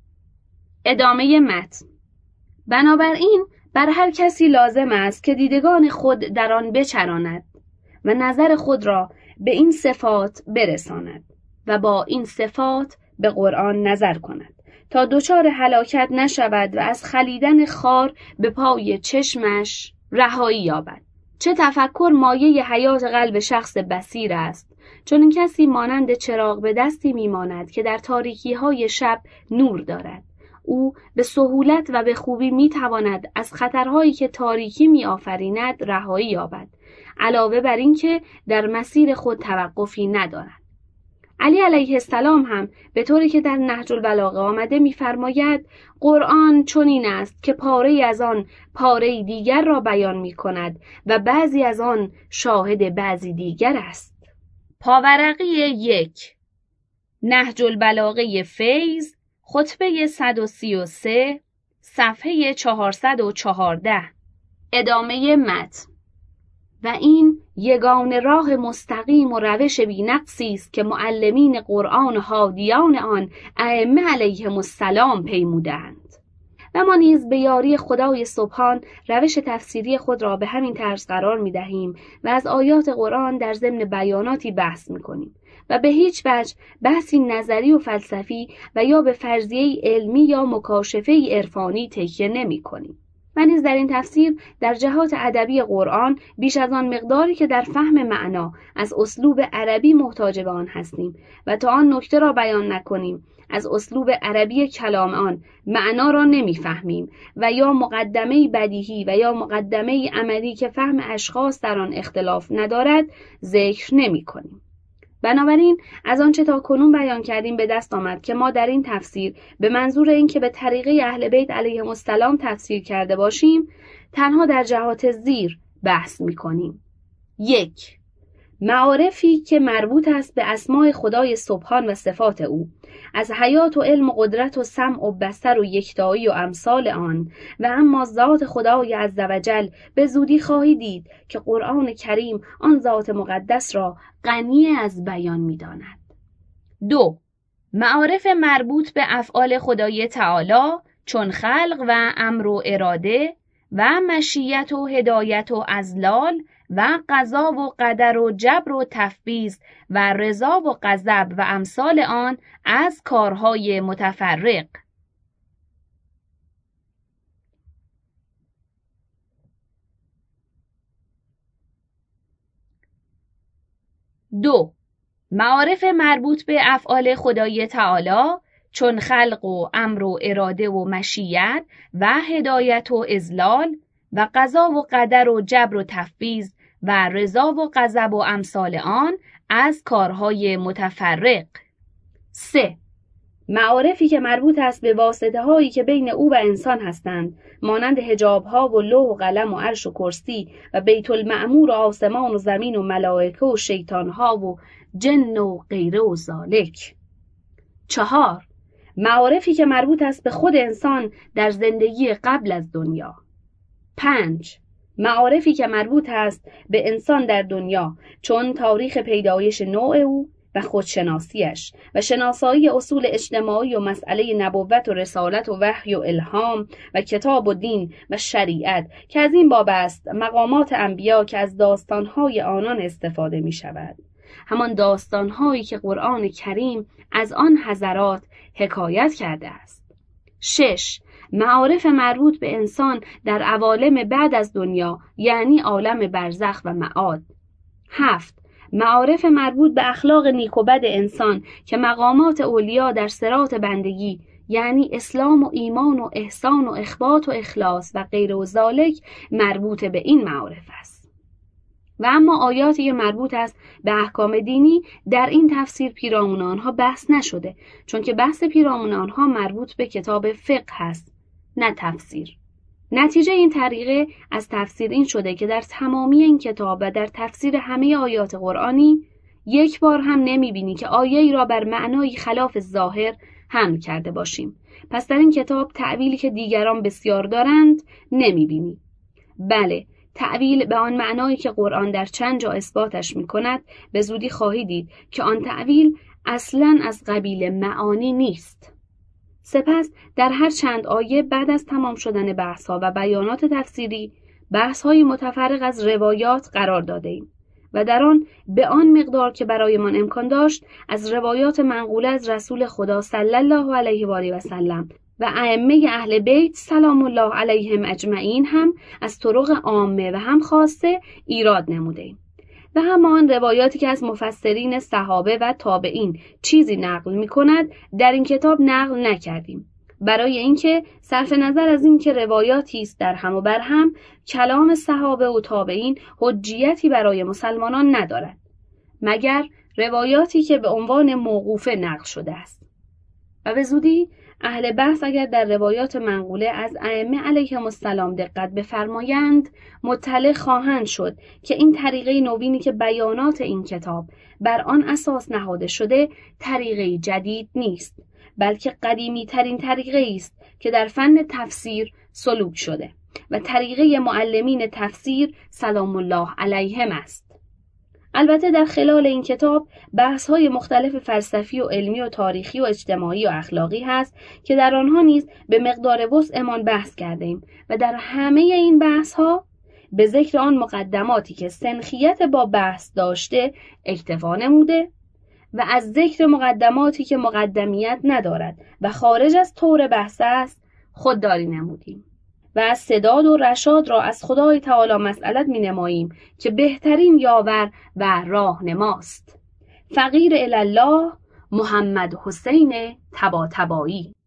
ادامه متن. بنابراین بر هر کسی لازم است که دیدگان خود در آن بچراند و نظر خود را به این صفات برساند و با این صفات به قرآن نظر کند تا دچار هلاکت نشود و از خلیدن خار به پای چشمش رهایی یابد. چه تفکر مایه حیات قلب شخص بصیر است. چون این کسی مانند چراغ به دستی میماند که در تاریکی‌های شب نور دارد. او به سهولت و به خوبی میتواند از خطرهایی که تاریکی میآفریند رهایی یابد، علاوه بر این که در مسیر خود توقفی ندارد. علی علیه السلام هم به طوری که در نهج البلاغه آمده می‌فرماید قرآن چنین است که پاره از آن پاره دیگر را بیان می‌کند و بعضی از آن شاهد بعضی دیگر است. پاورقی 1 نهج البلاغه فیض خطبه 133 صفحه 414 ادامه متن. و این یگانه راه مستقیم و روش بی‌نقصی است که معلمین قرآن و هادیان آن ائمه علیهم السلام پیمودند. و ما نیز به یاری خدای سبحان روش تفسیری خود را به همین طرز قرار می‌دهیم و از آیات قرآن در ضمن بیاناتی بحث می‌کنیم و به هیچ وجه بحثی نظری و فلسفی و یا به فرضیه علمی یا مکاشفه عرفانی تکیه نمی‌کنیم. و نیز در این تفسیر در جهات ادبی قرآن بیش از آن مقداری که در فهم معنا از اسلوب عربی محتاج به آن هستیم و تا آن نکته را بیان نکنیم از اسلوب عربی کلام آن معنا را نمیفهمیم و یا مقدمه بدیهی و یا مقدمه عملی که فهم اشخاص در آن اختلاف ندارد ذکر نمی‌کنیم. بنابراین از آنچه تا کنون بیان کردیم به دست آمد که ما در این تفسیر به منظور این که به طریقه اهل بیت علیهم السلام تفسیر کرده باشیم تنها در جهات زیر بحث می‌کنیم. 1. معارفی که مربوط است به اسماء خدای سبحان و صفات او، از حیات و علم و قدرت و سمع و بصر و یکتایی و امثال آن. و اما ذات خدای عزوجل به زودی خواهی دید که قرآن کریم آن ذات مقدس را غنی از بیان می‌داند. 2. معارف مربوط به افعال خدای تعالی چون خلق و امر و اراده و مشیت و هدایت و اذلال و قضا و قدر و جبر و تفویض و رضا و غضب و امثال آن از کارهای متفرق. 2. معارف مربوط به افعال خدای تعالی چون خلق و امر و اراده و مشیت و هدایت و اذلال و قضا و قدر و جبر و تفویض و رضا و غضب و امثال آن از کارهای متفرق. 3. معارفی که مربوط است به واسطه هایی که بین او و انسان هستند، مانند حجاب ها و لوح و قلم و عرش و کرسی و بیت المعمور و آسمان و زمین و ملائکه و شیطان ها و جن و غیره و ذالک. 4. معارفی که مربوط است به خود انسان در زندگی قبل از دنیا. 5. معارفی که مربوط است به انسان در دنیا، چون تاریخ پیدایش نوع او و خودشناسیش و شناسایی اصول اجتماعی و مسئله نبوت و رسالت و وحی و الهام و کتاب و دین و شریعت که از این باب است مقامات انبیا که از داستانهای آنان استفاده می شود، همان داستانهایی که قرآن کریم از آن حضرات حکایت کرده است. 6. معارف مربوط به انسان در عوالم بعد از دنیا، یعنی عالم برزخ و معاد. 7. معارف مربوط به اخلاق نیک و بد انسان که مقامات اولیا در صراط بندگی، یعنی اسلام و ایمان و احسان و اخبات و اخلاص و غیر و ذالک مربوط به این معارف است. و اما آیاتی که مربوط است به احکام دینی در این تفسیر پیرامون آنها بحث نشده، چون که بحث پیرامون آنها مربوط به کتاب فقه هست، نه تفسیر. نتیجه این طریقه از تفسیر این شده که در تمامی این کتاب و در تفسیر همه آیات قرآنی یک بار هم نمی‌بینی که آیه‌ای را بر معنای خلاف ظاهر حمل کرده باشیم. پس در این کتاب تأویلی که دیگران بسیار دارند نمی‌بینی. بله، تأویل به آن معنایی که قرآن در چند جا اثباتش می‌کند به زودی خواهی دید که آن تأویل اصلاً از قبیل معانی نیست. سپس در هر چند آیه بعد از تمام شدن بحث‌ها و بیانات تفسیری، بحث‌های متفرق از روایات قرار داده‌ایم و در آن به آن مقدار که برایمان امکان داشت از روایات منقوله از رسول خدا صلی الله علیه و آله و سلم و ائمه اهل بیت سلام الله علیهم اجمعین هم از طرق عامه و هم خاصه ایراد نموده‌ایم. و همان روایاتی که از مفسرین صحابه و تابعین چیزی نقل می کند در این کتاب نقل نکردیم، برای اینکه صرف نظر از این که روایاتی است در هم و بر هم، کلام صحابه و تابعین حجیتی برای مسلمانان ندارد مگر روایاتی که به عنوان موقوفه نقل شده است. و به زودی اهل بحث اگر در روایات منقوله از ائمه علیهم السلام دقت بفرمایند مطلع خواهند شد که این طریقه نوینی که بیانات این کتاب بر آن اساس نهاده شده طریقه جدید نیست، بلکه قدیمی ترین طریقه است که در فن تفسیر سلوک شده و طریقه معلمین تفسیر سلام الله علیهم است. البته در خلال این کتاب بحث‌های مختلف فلسفی و علمی و تاریخی و اجتماعی و اخلاقی هست که در آنها نیز به مقدار وسعمان بحث کردیم و در همه این بحث‌ها به ذکر آن مقدماتی که سنخیت با بحث داشته اکتفا نموده و از ذکر مقدماتی که مقدمیت ندارد و خارج از طور بحث است خودداری نمودیم و از سداد و رشاد را از خدای تعالی مسئلت می نماییم که بهترین یاور و راهنماست. فقیر الله محمد حسین طباطبایی.